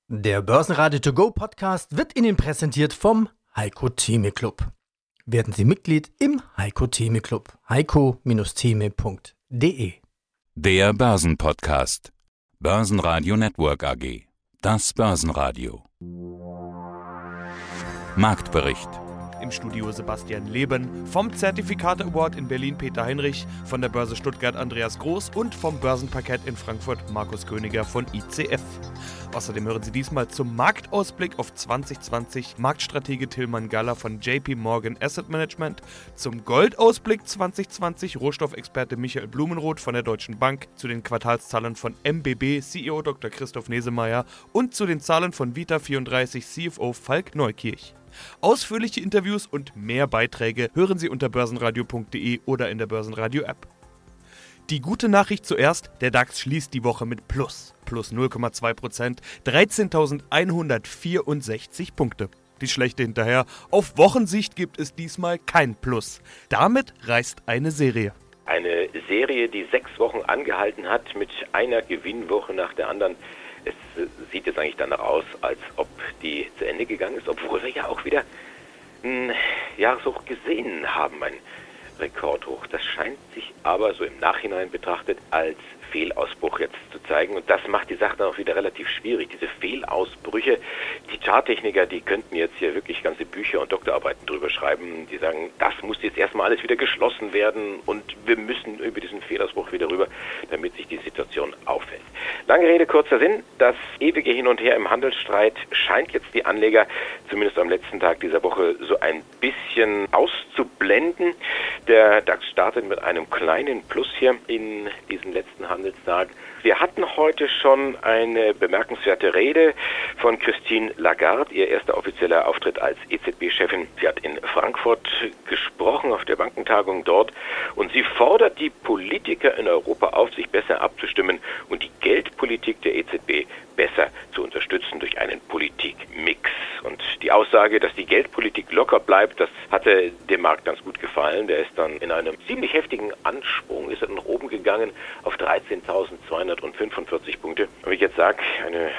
Der Börsenradio To Go Podcast wird Ihnen präsentiert vom Heiko Theme Club. Werden Sie Mitglied im Heiko Theme Club. heiko-theme.de. Der Börsenpodcast. Börsenradio Network AG. Das Börsenradio. Marktbericht. Im Studio Sebastian Leben, vom Zertifikate Award in Berlin Peter Heinrich, von der Börse Stuttgart Andreas Groß und vom Börsenparkett in Frankfurt Markus Königer von ICF. Außerdem hören Sie diesmal zum Marktausblick auf 2020 Marktstratege Tilman Galler von JP Morgan Asset Management, zum Goldausblick 2020 Rohstoffexperte Michael Blumenroth von der Deutschen Bank, zu den Quartalszahlen von MBB CEO Dr. Christoph Nesemeyer und zu den Zahlen von Vita34 CFO Falk Neukirch. Ausführliche Interviews und mehr Beiträge hören Sie unter börsenradio.de oder in der Börsenradio-App. Die gute Nachricht zuerst, der DAX schließt die Woche mit Plus 0,2%, 13.164 Punkte. Die schlechte hinterher, auf Wochensicht gibt es diesmal kein Plus. Damit reißt eine Serie. Eine Serie, die 6 Wochen angehalten hat, mit einer Gewinnwoche nach der anderen. Es sieht jetzt eigentlich danach aus, als ob die zu Ende gegangen ist, obwohl wir ja auch wieder ein Jahreshoch gesehen haben, ein Rekordhoch. Das scheint sich aber so im Nachhinein betrachtet als Fehlausbruch jetzt zu zeigen. Und das macht die Sache dann auch wieder relativ schwierig. Diese Fehlausbrüche, die Charttechniker, die könnten jetzt hier wirklich ganze Bücher und Doktorarbeiten drüber schreiben. Die sagen, das muss jetzt erstmal alles wieder geschlossen werden und wir müssen über diesen Fehlausbruch wieder rüber, damit sich die Situation aufhält. Lange Rede, kurzer Sinn. Das ewige Hin und Her im Handelsstreit scheint jetzt die Anleger, zumindest am letzten Tag dieser Woche, so ein bisschen auszublenden. Der DAX startet mit einem kleinen Plus hier in diesem letzten Handelstag. Wir hatten heute schon eine bemerkenswerte Rede von Christine Lagarde, ihr erster offizieller Auftritt als EZB-Chefin. Sie hat in Frankfurt gesprochen, auf der Bankentagung dort, und sie fordert die Politiker in Europa auf, sich besser abzustimmen und die Geldpolitik der EZB besser zu unterstützen durch einen Politikmix. Und die Aussage, dass die Geldpolitik locker bleibt, das hatte dem Markt ganz gut gefallen. Der ist dann in einem ziemlich heftigen Ansprung, ist er nach oben gegangen auf 13.245 Punkte. Wenn ich jetzt sage, eine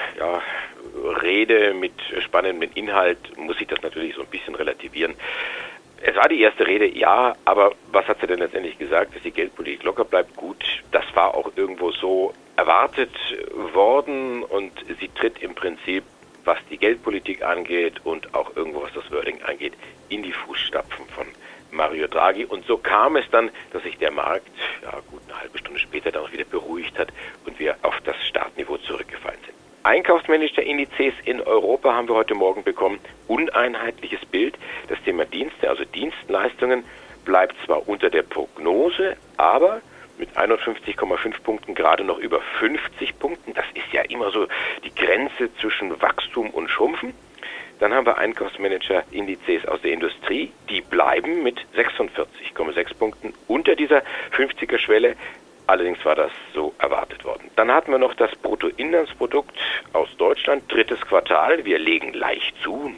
Rede mit spannendem Inhalt, muss ich das natürlich so ein bisschen relativieren. Es war die erste Rede, ja, aber was hat sie denn letztendlich gesagt, dass die Geldpolitik locker bleibt? Gut, das war auch irgendwo so erwartet worden und sie tritt im Prinzip, was die Geldpolitik angeht und auch irgendwo, was das Wording angeht, in die Fußstapfen von Mario Draghi. Und so kam es dann, dass sich der Markt gut eine halbe Stunde später dann auch wieder beruhigt hat und wir auf das Startniveau zurückgefallen sind. Einkaufsmanager-Indizes in Europa haben wir heute Morgen bekommen. Uneinheitliches Bild. Das Thema Dienste, also Dienstleistungen, bleibt zwar unter der Prognose, aber mit 51,5 Punkten gerade noch über 50 Punkten. Das ist ja immer so die Grenze zwischen Wachstum und Schrumpfen. Dann haben wir Einkaufsmanager-Indizes aus der Industrie. Die bleiben mit 46,6 Punkten unter dieser 50er-Schwelle. Allerdings war das so erwartet worden. Dann hatten wir noch das Bruttoinlandsprodukt aus Deutschland, drittes Quartal. Wir legen leicht zu,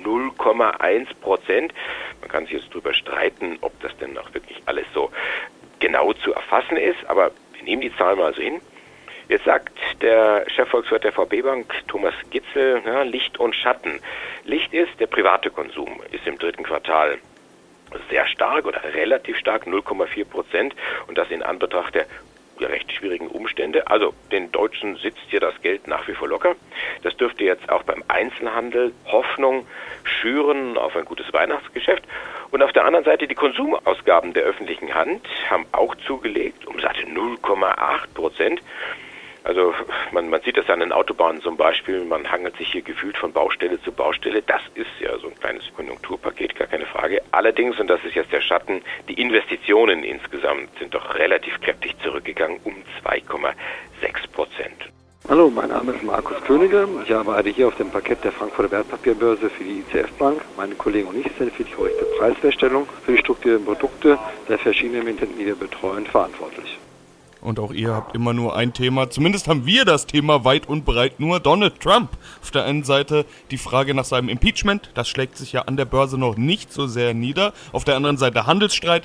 0,1%. Man kann sich jetzt darüber streiten, ob das denn auch wirklich alles so genau zu erfassen ist. Aber wir nehmen die Zahlen mal so hin. Jetzt sagt der Chefvolkswirt der VP Bank, Thomas Gitzel, Licht und Schatten. Licht ist, der private Konsum ist im dritten Quartal sehr stark oder relativ stark, 0,4%. Und das in Anbetracht der recht schwierigen Umstände. Also den Deutschen sitzt hier das Geld nach wie vor locker. Das dürfte jetzt auch beim Einzelhandel Hoffnung schüren auf ein gutes Weihnachtsgeschäft. Und auf der anderen Seite die Konsumausgaben der öffentlichen Hand haben auch zugelegt, um satte 0,8%. Also man sieht das an den Autobahnen zum Beispiel, man hangelt sich hier gefühlt von Baustelle zu Baustelle. Das ist ja so ein kleines Konjunkturpaket, gar keine Frage. Allerdings, und das ist jetzt der Schatten, die Investitionen insgesamt sind doch relativ kräftig zurückgegangen, um 2,6%. Hallo, mein Name ist Markus Königer. Ich arbeite hier auf dem Parkett der Frankfurter Wertpapierbörse für die ICF Bank. Meine Kollegen und ich sind für die korrekte Preisfeststellung, für die strukturierten Produkte der verschiedenen Emittenten, die wir betreuen, verantwortlich. Und auch ihr habt immer nur ein Thema. Zumindest haben wir das Thema weit und breit nur. Donald Trump. Auf der einen Seite die Frage nach seinem Impeachment. Das schlägt sich ja an der Börse noch nicht so sehr nieder. Auf der anderen Seite Handelsstreit.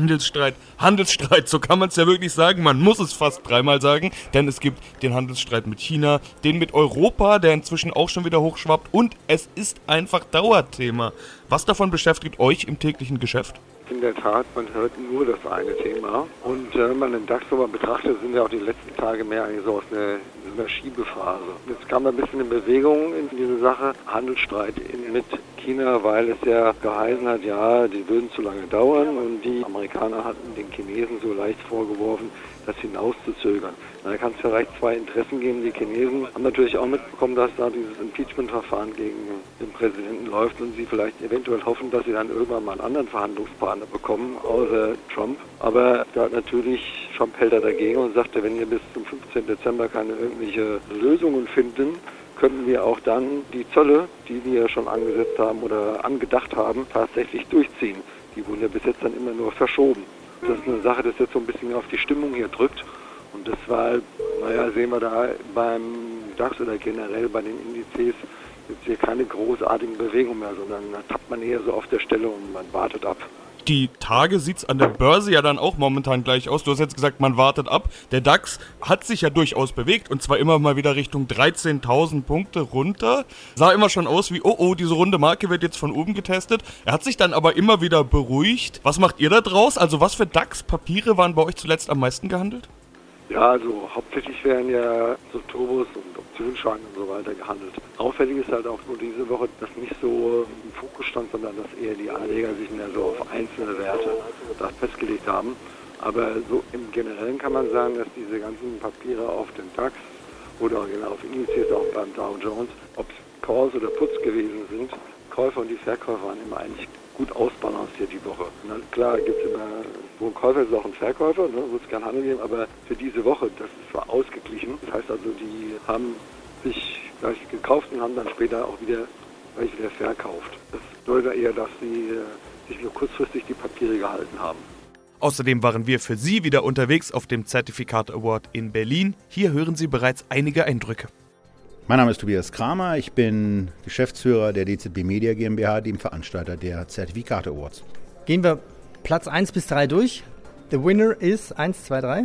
So kann man es ja wirklich sagen. Man muss es fast dreimal sagen. Denn es gibt den Handelsstreit mit China, den mit Europa, der inzwischen auch schon wieder hochschwappt. Und es ist einfach Dauerthema. Was davon beschäftigt euch im täglichen Geschäft? In der Tat, man hört nur das eine Thema. Und wenn man den DAX so mal betrachtet, sind ja auch die letzten Tage mehr eigentlich so aus einer Schiebephase. Jetzt kam ein bisschen in Bewegung in diese Sache, Handelsstreit mit China, weil es ja geheißen hat, ja, die würden zu lange dauern und die Amerikaner hatten den Chinesen so leicht vorgeworfen, das hinauszuzögern. Da kann es vielleicht zwei Interessen geben. Die Chinesen haben natürlich auch mitbekommen, dass da dieses Impeachment-Verfahren gegen den Präsidenten läuft und sie vielleicht eventuell hoffen, dass sie dann irgendwann mal einen anderen Verhandlungspartner bekommen, außer Trump. Aber da hat natürlich Trump hält er dagegen und sagte, wenn wir bis zum 15. Dezember keine irgendwelche Lösungen finden, könnten wir auch dann die Zölle, die wir schon angesetzt haben oder angedacht haben, tatsächlich durchziehen. Die wurden ja bis jetzt dann immer nur verschoben. Das ist eine Sache, das jetzt so ein bisschen auf die Stimmung hier drückt. Und deshalb, sehen wir da beim DAX oder generell bei den Indizes jetzt hier keine großartigen Bewegungen mehr, sondern da tappt man eher so auf der Stelle und man wartet ab. Die Tage sieht es an der Börse ja dann auch momentan gleich aus. Du hast jetzt gesagt, man wartet ab. Der DAX hat sich ja durchaus bewegt und zwar immer mal wieder Richtung 13.000 Punkte runter. Sah immer schon aus wie, diese runde Marke wird jetzt von oben getestet. Er hat sich dann aber immer wieder beruhigt. Was macht ihr da draus? Also was für DAX-Papiere waren bei euch zuletzt am meisten gehandelt? Ja, also hauptsächlich werden ja so Turbos und Optionsscheine und so weiter gehandelt. Auffällig ist halt auch nur diese Woche, dass nicht so im Fokus stand, sondern dass eher die Anleger sich mehr so auf einzelne Werte da festgelegt haben. Aber so im Generellen kann man sagen, dass diese ganzen Papiere auf den DAX oder auf Indizes auch beim Dow Jones, ob es Calls oder Puts gewesen sind, Käufer und die Verkäufer waren immer eigentlich gut ausbalanciert die Woche. Na, klar gibt es immer, wo ein Käufer ist auch ein Verkäufer, wird es keinen Handel geben, aber für diese Woche, das ist zwar ausgeglichen. Das heißt also, die haben sich gleich gekauft und haben dann später auch wieder verkauft. Das bedeutet eher, dass sie sich nur kurzfristig die Papiere gehalten haben. Außerdem waren wir für Sie wieder unterwegs auf dem Zertifikate Award in Berlin. Hier hören Sie bereits einige Eindrücke. Mein Name ist Tobias Kramer, ich bin Geschäftsführer der DZB Media GmbH, dem Veranstalter der Zertifikate Awards. Gehen wir Platz 1 bis 3 durch. The winner ist 1, 2, 3.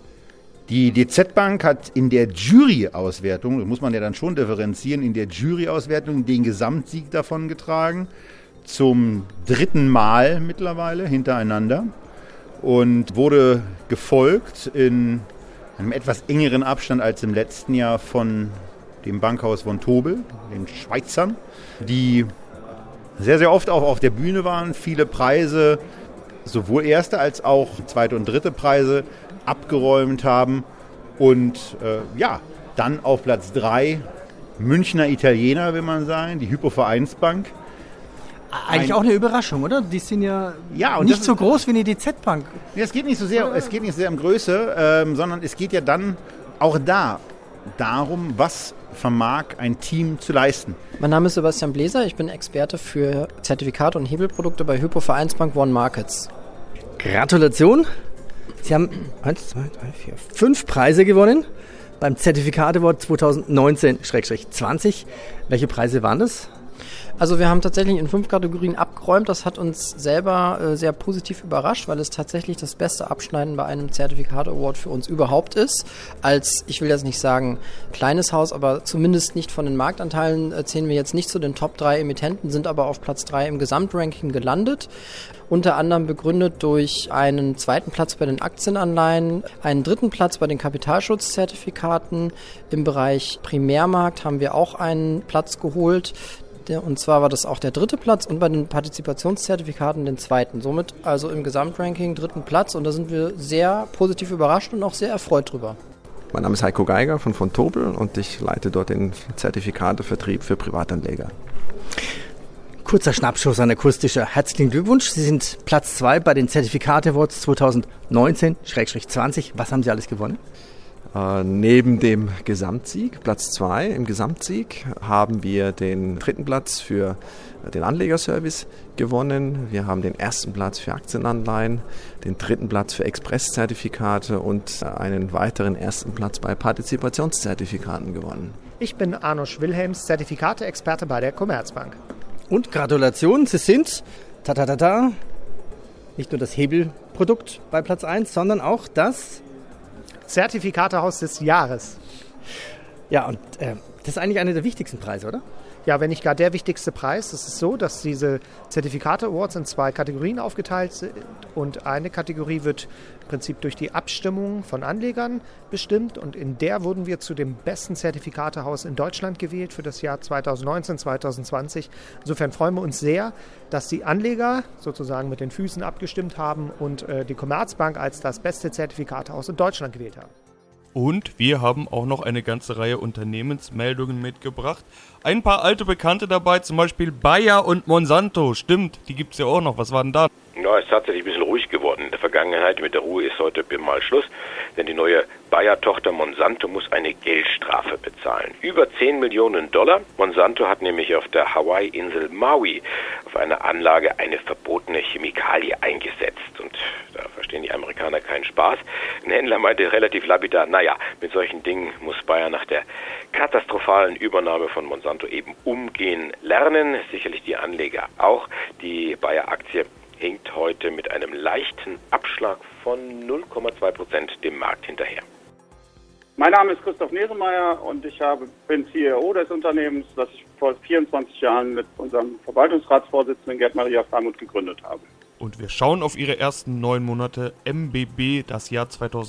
Die DZ Bank hat in der Jury-Auswertung, das muss man ja dann schon differenzieren, in der Jury-Auswertung den Gesamtsieg davon getragen. Zum 3. Mal mittlerweile hintereinander. Und wurde gefolgt in einem etwas engeren Abstand als im letzten Jahr von dem Bankhaus Vontobel, den Schweizern, die sehr, sehr oft auch auf der Bühne waren, viele Preise, sowohl erste als auch zweite und dritte Preise abgeräumt haben und dann auf Platz 3 Münchner Italiener, will man sagen, die Hypo-Vereinsbank. Eigentlich auch eine Überraschung, oder? Die sind ja und nicht so groß wie eine DZ-Bank. Ja, es geht nicht so sehr um Größe, sondern es geht ja dann auch darum, was vermag ein Team zu leisten. Mein Name ist Sebastian Bläser, ich bin Experte für Zertifikate und Hebelprodukte bei Hypo Vereinsbank One Markets. Gratulation! Sie haben 5 Preise gewonnen beim Zertifikate Award 2019/20. Welche Preise waren das? Also wir haben tatsächlich in 5 Kategorien abgeräumt. Das hat uns selber sehr positiv überrascht, weil es tatsächlich das beste Abschneiden bei einem Zertifikate-Award für uns überhaupt ist. Als, ich will jetzt nicht sagen kleines Haus, aber zumindest nicht von den Marktanteilen zählen wir jetzt nicht zu den Top 3 Emittenten, sind aber auf Platz 3 im Gesamtranking gelandet. Unter anderem begründet durch einen 2. Platz bei den Aktienanleihen, einen 3. Platz bei den Kapitalschutzzertifikaten. Im Bereich Primärmarkt haben wir auch einen Platz geholt. Und zwar war das auch der 3. Platz und bei den Partizipationszertifikaten den 2. Somit also im Gesamtranking 3. Platz und da sind wir sehr positiv überrascht und auch sehr erfreut drüber. Mein Name ist Heiko Geiger von Vontobel und ich leite dort den Zertifikatevertrieb für Privatanleger. Kurzer Schnappschuss an akustischer. Herzlichen Glückwunsch. Sie sind Platz 2 bei den Zertifikate Awards 2019/20. Was haben Sie alles gewonnen? Neben dem Gesamtsieg, Platz 2 im Gesamtsieg, haben wir den 3. Platz für den Anlegerservice gewonnen. Wir haben den 1. Platz für Aktienanleihen, den 3. Platz für Expresszertifikate und einen weiteren 1. Platz bei Partizipationszertifikaten gewonnen. Ich bin Arnosch Wilhelms, Zertifikate-Experte bei der Commerzbank. Und Gratulation, Sie sind nicht nur das Hebelprodukt bei Platz 1, sondern auch das Zertifikatehaus des Jahres. Ja, und das ist eigentlich einer der wichtigsten Preise, oder? Ja, wenn nicht gar der wichtigste Preis. Es ist so, dass diese Zertifikate-Awards in 2 Kategorien aufgeteilt sind und eine Kategorie wird im Prinzip durch die Abstimmung von Anlegern bestimmt und in der wurden wir zu dem besten Zertifikatehaus in Deutschland gewählt für das Jahr 2019, 2020. Insofern freuen wir uns sehr, dass die Anleger sozusagen mit den Füßen abgestimmt haben und die Commerzbank als das beste Zertifikatehaus in Deutschland gewählt haben. Und wir haben auch noch eine ganze Reihe Unternehmensmeldungen mitgebracht. Ein paar alte Bekannte dabei, zum Beispiel Bayer und Monsanto. Stimmt, die gibt's ja auch noch. Was war denn da? Ja, es ist tatsächlich ein bisschen ruhig geworden in der Vergangenheit. Mit der Ruhe ist heute mal Schluss, denn die neue Bayer-Tochter Monsanto muss eine Geldstrafe bezahlen. Über $10 Millionen. Monsanto hat nämlich auf der Hawaii-Insel Maui auf einer Anlage eine verbotene Chemikalie eingesetzt. Und da verstehen die Amerikaner keinen Spaß. Ein Händler meinte relativ lapidar, naja, mit solchen Dingen muss Bayer nach der katastrophalen Übernahme von Monsanto eben umgehen lernen. Sicherlich die Anleger auch. Die Bayer-Aktie hinkt heute mit einem leichten Abschlag von 0,2% dem Markt hinterher. Mein Name ist Christoph Nesemeyer und ich bin CEO des Unternehmens, das ich vor 24 Jahren mit unserem Verwaltungsratsvorsitzenden Gerd-Maria Freimuth gegründet habe. Und wir schauen auf ihre ersten 9 Monate MBB, das Jahr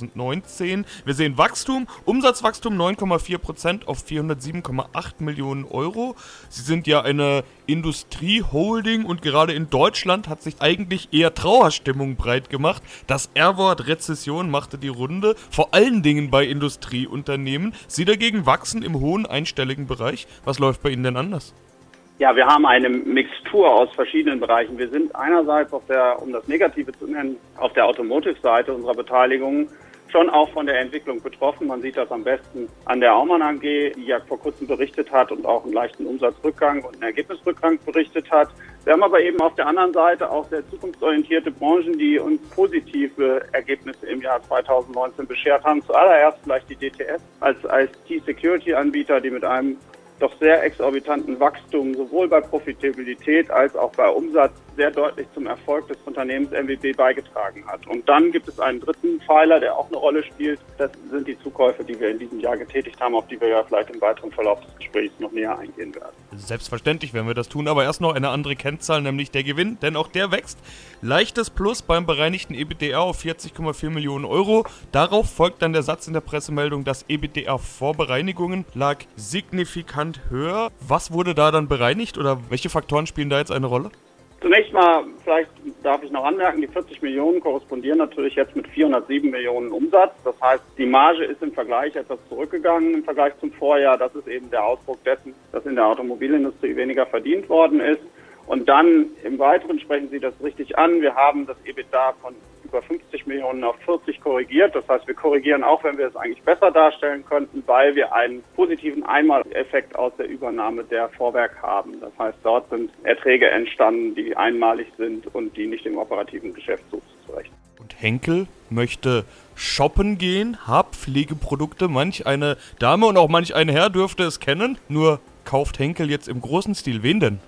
2019. Wir sehen Wachstum, Umsatzwachstum 9,4% auf 407,8 Millionen Euro. Sie sind ja eine Industrieholding und gerade in Deutschland hat sich eigentlich eher Trauerstimmung breit gemacht. Das R-Wort Rezession machte die Runde, vor allen Dingen bei Industrieunternehmen. Sie dagegen wachsen im hohen einstelligen Bereich. Was läuft bei Ihnen denn anders? Ja, wir haben eine Mixtur aus verschiedenen Bereichen. Wir sind einerseits um das Negative zu nennen, auf der Automotive-Seite unserer Beteiligung schon auch von der Entwicklung betroffen. Man sieht das am besten an der Aumann AG, die ja vor kurzem berichtet hat und auch einen leichten Umsatzrückgang und einen Ergebnisrückgang berichtet hat. Wir haben aber eben auf der anderen Seite auch sehr zukunftsorientierte Branchen, die uns positive Ergebnisse im Jahr 2019 beschert haben. Zuallererst vielleicht die DTS als IT-Security-Anbieter, die mit einem doch sehr exorbitanten Wachstum sowohl bei Profitabilität als auch bei Umsatz sehr deutlich zum Erfolg des Unternehmens MBB beigetragen hat. Und dann gibt es einen dritten Pfeiler, der auch eine Rolle spielt. Das sind die Zukäufe, die wir in diesem Jahr getätigt haben, auf die wir ja vielleicht im weiteren Verlauf des Gesprächs noch näher eingehen werden. Selbstverständlich werden wir das tun, aber erst noch eine andere Kennzahl, nämlich der Gewinn, denn auch der wächst. Leichtes Plus beim bereinigten EBITDA auf 40,4 Millionen Euro. Darauf folgt dann der Satz in der Pressemeldung, das EBITDA vor Bereinigungen lag signifikant höher. Was wurde da dann bereinigt oder welche Faktoren spielen da jetzt eine Rolle? Zunächst mal, vielleicht darf ich noch anmerken, die 40 Millionen korrespondieren natürlich jetzt mit 407 Millionen Umsatz. Das heißt, die Marge ist im Vergleich etwas zurückgegangen im Vergleich zum Vorjahr. Das ist eben der Ausdruck dessen, dass in der Automobilindustrie weniger verdient worden ist. Und dann im Weiteren sprechen Sie das richtig an. Wir haben das EBITDA von über 50 Millionen auf 40 korrigiert. Das heißt, wir korrigieren auch, wenn wir es eigentlich besser darstellen könnten, weil wir einen positiven Einmaleffekt aus der Übernahme der Vorwerk haben. Das heißt, dort sind Erträge entstanden, die einmalig sind und die nicht im operativen Geschäft zuzurechnen. Und Henkel möchte shoppen gehen, Haarpflegeprodukte. Manch eine Dame und auch manch ein Herr dürfte es kennen. Nur kauft Henkel jetzt im großen Stil. Wen denn?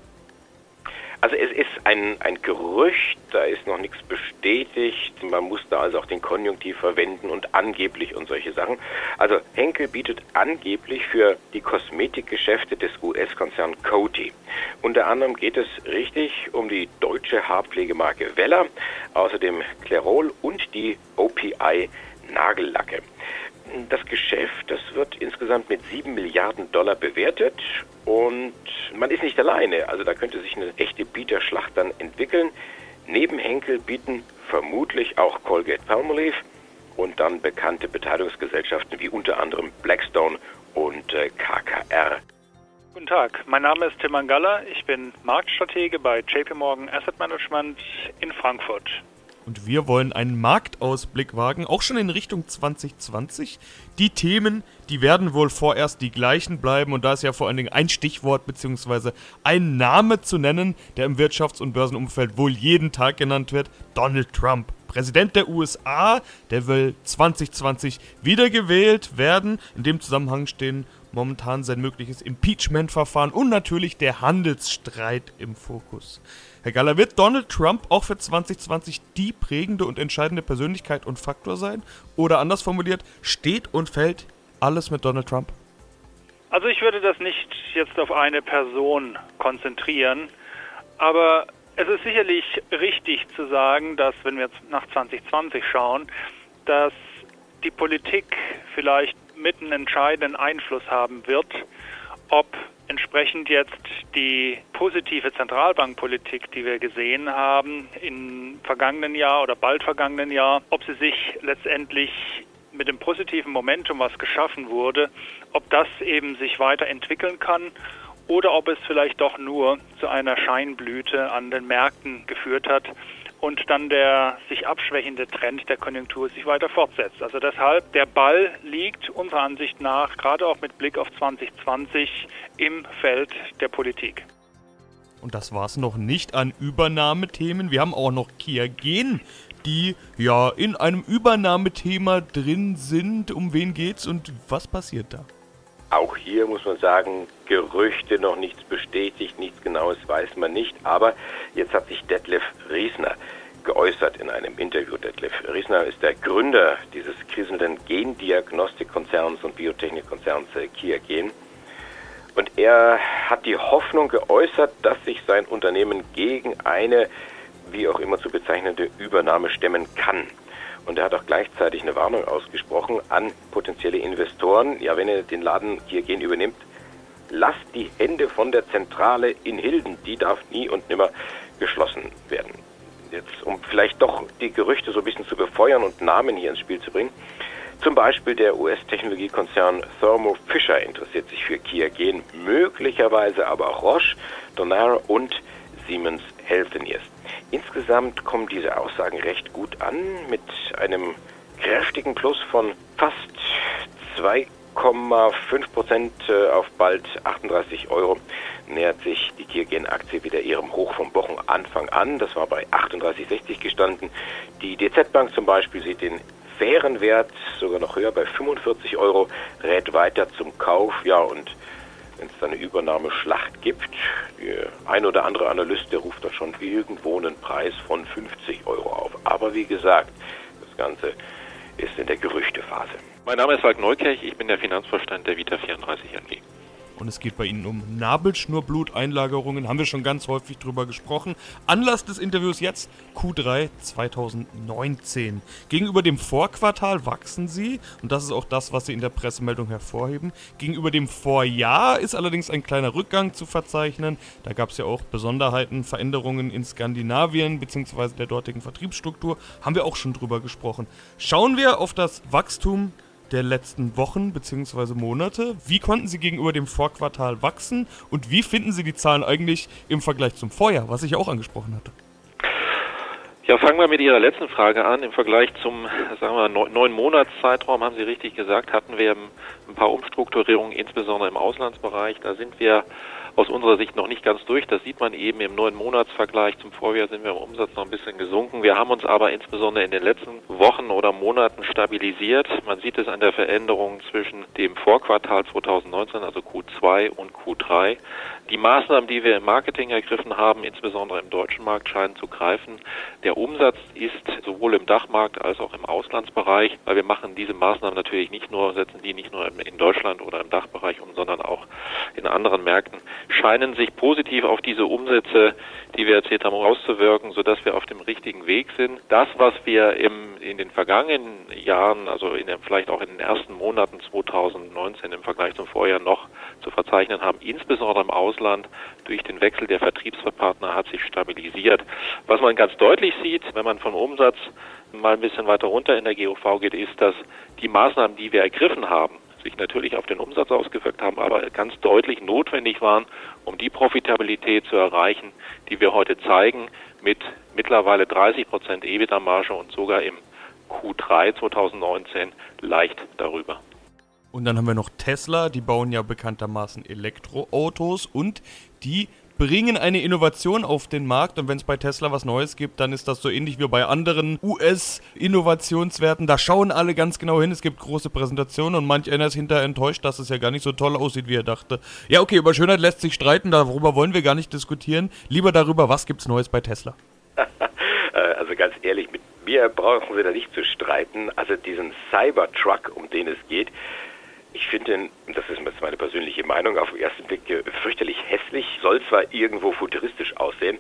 Also es ist ein Gerücht, da ist noch nichts bestätigt. Man muss da also auch den Konjunktiv verwenden und angeblich und solche Sachen. Also Henkel bietet angeblich für die Kosmetikgeschäfte des US-Konzerns Coty. Unter anderem geht es richtig um die deutsche Haarpflegemarke Wella, außerdem Clairol und die OPI Nagellacke. Das Geschäft, das wird insgesamt mit $7 Milliarden bewertet und man ist nicht alleine. Also da könnte sich eine echte Bieterschlacht dann entwickeln. Neben Henkel bieten vermutlich auch Colgate-Palmolive und dann bekannte Beteiligungsgesellschaften wie unter anderem Blackstone und KKR. Guten Tag, mein Name ist Tim Mangala. Ich bin Marktstratege bei JP Morgan Asset Management in Frankfurt. Und wir wollen einen Marktausblick wagen, auch schon in Richtung 2020. Die Themen, die werden wohl vorerst die gleichen bleiben. Und da ist ja vor allen Dingen ein Stichwort bzw. ein Name zu nennen, der im Wirtschafts- und Börsenumfeld wohl jeden Tag genannt wird: Donald Trump. Präsident der USA, der will 2020 wiedergewählt werden. In dem Zusammenhang stehen momentan sein mögliches Impeachment-Verfahren und natürlich der Handelsstreit im Fokus. Herr Galler, wird Donald Trump auch für 2020 die prägende und entscheidende Persönlichkeit und Faktor sein? Oder anders formuliert, steht und fällt alles mit Donald Trump? Also ich würde das nicht jetzt auf eine Person konzentrieren, aber es ist sicherlich richtig zu sagen, dass, wenn wir jetzt nach 2020 schauen, dass die Politik vielleicht mit einen entscheidenden Einfluss haben wird, ob entsprechend jetzt die positive Zentralbankpolitik, die wir gesehen haben im vergangenen Jahr oder bald vergangenen Jahr, ob sie sich letztendlich mit dem positiven Momentum, was geschaffen wurde, ob das eben sich weiterentwickeln kann oder ob es vielleicht doch nur zu einer Scheinblüte an den Märkten geführt hat und dann der sich abschwächende Trend der Konjunktur sich weiter fortsetzt. Also deshalb, der Ball liegt unserer Ansicht nach, gerade auch mit Blick auf 2020, im Feld der Politik. Und das war es noch nicht an Übernahmethemen. Wir haben auch noch Kia Gen, die ja in einem Übernahmethema drin sind. Um wen geht's und was passiert da? Auch hier muss man sagen, Gerüchte, noch nichts bestätigt, nichts Genaues weiß man nicht. Aber jetzt hat sich Detlef Riesner geäußert in einem Interview. Detlef Riesner ist der Gründer dieses kriselnden Gendiagnostikkonzerns und Biotechnikkonzerns Kia Gen. Und er hat die Hoffnung geäußert, dass sich sein Unternehmen gegen eine, wie auch immer zu bezeichnende, Übernahme stemmen kann. Und er hat auch gleichzeitig eine Warnung ausgesprochen an potenzielle Investoren. Ja, wenn er den Laden Kia Gen übernimmt, lasst die Hände von der Zentrale in Hilden. Die darf nie und nimmer geschlossen werden. Jetzt, um vielleicht doch die Gerüchte so ein bisschen zu befeuern und Namen hier ins Spiel zu bringen. Zum Beispiel der US-Technologiekonzern Thermo Fisher interessiert sich für Kia Gen, möglicherweise aber auch Roche, Danaher und Siemens Healthineers. Insgesamt kommen diese Aussagen recht gut an. Mit einem kräftigen Plus von fast 2,5% auf bald 38 € nähert sich die Kia Gen-Aktie wieder ihrem Hoch vom Wochenanfang an. Das war bei 38,60 gestanden. Die DZ Bank zum Beispiel sieht den fairen Wert sogar noch höher bei 45 €, rät weiter zum Kauf. Ja, und wenn es da eine Übernahmeschlacht gibt, der ein oder andere Analyst, der ruft da schon irgendwo einen Preis von 50 € auf. Aber wie gesagt, das Ganze ist in der Gerüchtephase. Mein Name ist Falk Neukirch, ich bin der Finanzvorstand der Vita 34 AG. Und es geht bei Ihnen um Nabelschnurbluteinlagerungen, haben wir schon ganz häufig drüber gesprochen. Anlass des Interviews jetzt Q3 2019. Gegenüber dem Vorquartal wachsen Sie, und das ist auch das, was Sie in der Pressemeldung hervorheben. Gegenüber dem Vorjahr ist allerdings ein kleiner Rückgang zu verzeichnen. Da gab es ja auch Besonderheiten, Veränderungen in Skandinavien bzw. der dortigen Vertriebsstruktur. Haben wir auch schon drüber gesprochen. Schauen wir auf das Wachstum der letzten Wochen bzw. Monate. Wie konnten Sie gegenüber dem Vorquartal wachsen und wie finden Sie die Zahlen eigentlich im Vergleich zum Vorjahr, was ich auch angesprochen hatte? Ja, fangen wir mit Ihrer letzten Frage an. Im Vergleich zum, sagen wir, 9-Monats-Zeitraum, haben Sie richtig gesagt, hatten wir ein paar Umstrukturierungen, insbesondere im Auslandsbereich. Da sind wir aus unserer Sicht noch nicht ganz durch. Das sieht man eben im 9-Monats-Vergleich. Zum Vorjahr sind wir im Umsatz noch ein bisschen gesunken. Wir haben uns aber insbesondere in den letzten Wochen oder Monaten stabilisiert. Man sieht es an der Veränderung zwischen dem Vorquartal 2019, also Q2 und Q3. Die Maßnahmen, die wir im Marketing ergriffen haben, insbesondere im deutschen Markt, scheinen zu greifen. Der Umsatz ist sowohl im Dachmarkt als auch im Auslandsbereich, weil wir machen diese Maßnahmen natürlich setzen die nicht nur in Deutschland oder im Dachbereich um, sondern auch in anderen Märkten, scheinen sich positiv auf diese Umsätze, die wir erzählt haben, auszuwirken, sodass wir auf dem richtigen Weg sind. Das, was wir in den vergangenen Jahren, also vielleicht auch in den ersten Monaten 2019 im Vergleich zum Vorjahr noch zu verzeichnen haben, insbesondere im Ausland durch den Wechsel der Vertriebspartner, hat sich stabilisiert. Was man ganz deutlich sieht, wenn man vom Umsatz mal ein bisschen weiter runter in der GOV geht, ist, dass die Maßnahmen, die wir ergriffen haben, sich natürlich auf den Umsatz ausgewirkt haben, aber ganz deutlich notwendig waren, um die Profitabilität zu erreichen, die wir heute zeigen, mit mittlerweile 30% EBITDA-Marge und sogar im Q3 2019 leicht darüber. Und dann haben wir noch Tesla, die bauen ja bekanntermaßen Elektroautos und die bringen eine Innovation auf den Markt, und wenn es bei Tesla was Neues gibt, dann ist das so ähnlich wie bei anderen US-Innovationswerten. Da schauen alle ganz genau hin, es gibt große Präsentationen und manch einer ist hinterher enttäuscht, dass es ja gar nicht so toll aussieht, wie er dachte. Ja, okay, über Schönheit lässt sich streiten, darüber wollen wir gar nicht diskutieren. Lieber darüber, was gibt's Neues bei Tesla? Also ganz ehrlich, mit mir brauchen Sie da nicht zu streiten. Also diesen Cybertruck, um den es geht, ich finde den, das ist jetzt meine persönliche Meinung, auf den ersten Blick fürchterlich hässlich. Soll zwar irgendwo futuristisch aussehen,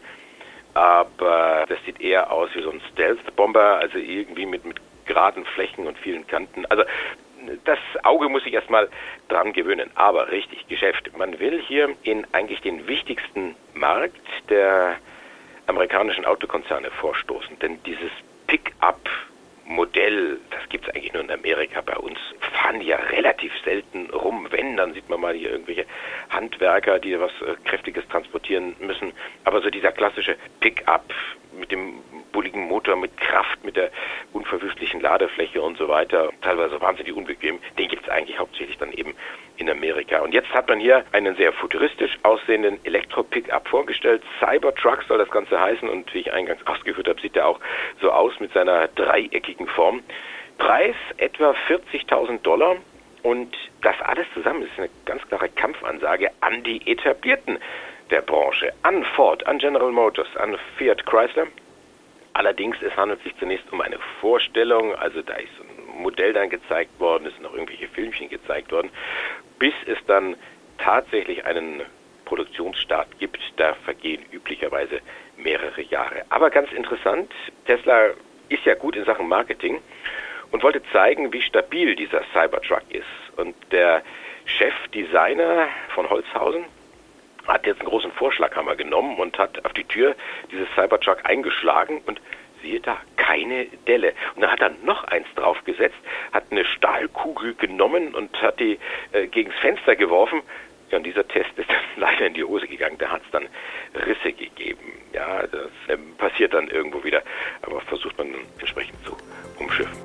aber das sieht eher aus wie so ein Stealth-Bomber, also irgendwie mit geraden Flächen und vielen Kanten. Also das Auge muss sich erstmal dran gewöhnen. Aber richtig, Geschäft. Man will hier in eigentlich den wichtigsten Markt der amerikanischen Autokonzerne vorstoßen. Denn dieses Pick-up-Modell, das gibt es eigentlich nur in Amerika. Bei uns fahren ja relativ selten rum. Wenn, dann sieht man mal hier irgendwelche Handwerker, die was Kräftiges transportieren müssen. Aber so dieser klassische Pick-up mit dem bulligen Motor, mit Kraft, mit der unverwüstlichen Ladefläche und so weiter, teilweise wahnsinnig unbequem, den gibt es eigentlich hauptsächlich dann eben in Amerika. Und jetzt hat man hier einen sehr futuristisch aussehenden Elektro-Pickup vorgestellt. Cybertruck soll das Ganze heißen, und wie ich eingangs ausgeführt habe, sieht er auch so aus mit seiner dreieckigen Form. Preis etwa $40.000, und das alles zusammen ist eine ganz klare Kampfansage an die Etablierten der Branche, an Ford, an General Motors, an Fiat Chrysler. Allerdings, es handelt sich zunächst um eine Vorstellung, also da ist ein Modell dann gezeigt worden, es sind noch irgendwelche Filmchen gezeigt worden, bis es dann tatsächlich einen Produktionsstart gibt, da vergehen üblicherweise mehrere Jahre. Aber ganz interessant, Tesla ist ja gut in Sachen Marketing und wollte zeigen, wie stabil dieser Cybertruck ist. Und der Chefdesigner von Holzhausen hat jetzt einen großen Vorschlaghammer genommen und hat auf die Tür dieses Cybertruck eingeschlagen, und siehe da, keine Delle. Und dann hat er noch eins draufgesetzt, hat eine Stahlkugel genommen und hat die gegens Fenster geworfen. Ja, und dieser Test ist dann leider in die Hose gegangen, da hat es dann Risse gegeben. Ja, das passiert dann irgendwo wieder, aber versucht man dann entsprechend zu umschiffen.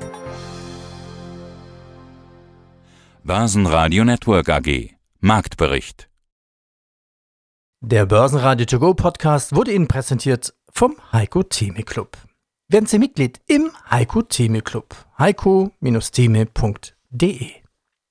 Börsenradio Network AG Marktbericht. Der Börsenradio To Go Podcast wurde Ihnen präsentiert vom Heiko Thieme Club. Werden Sie Mitglied im Heiko Thieme Club. heiko-thieme.de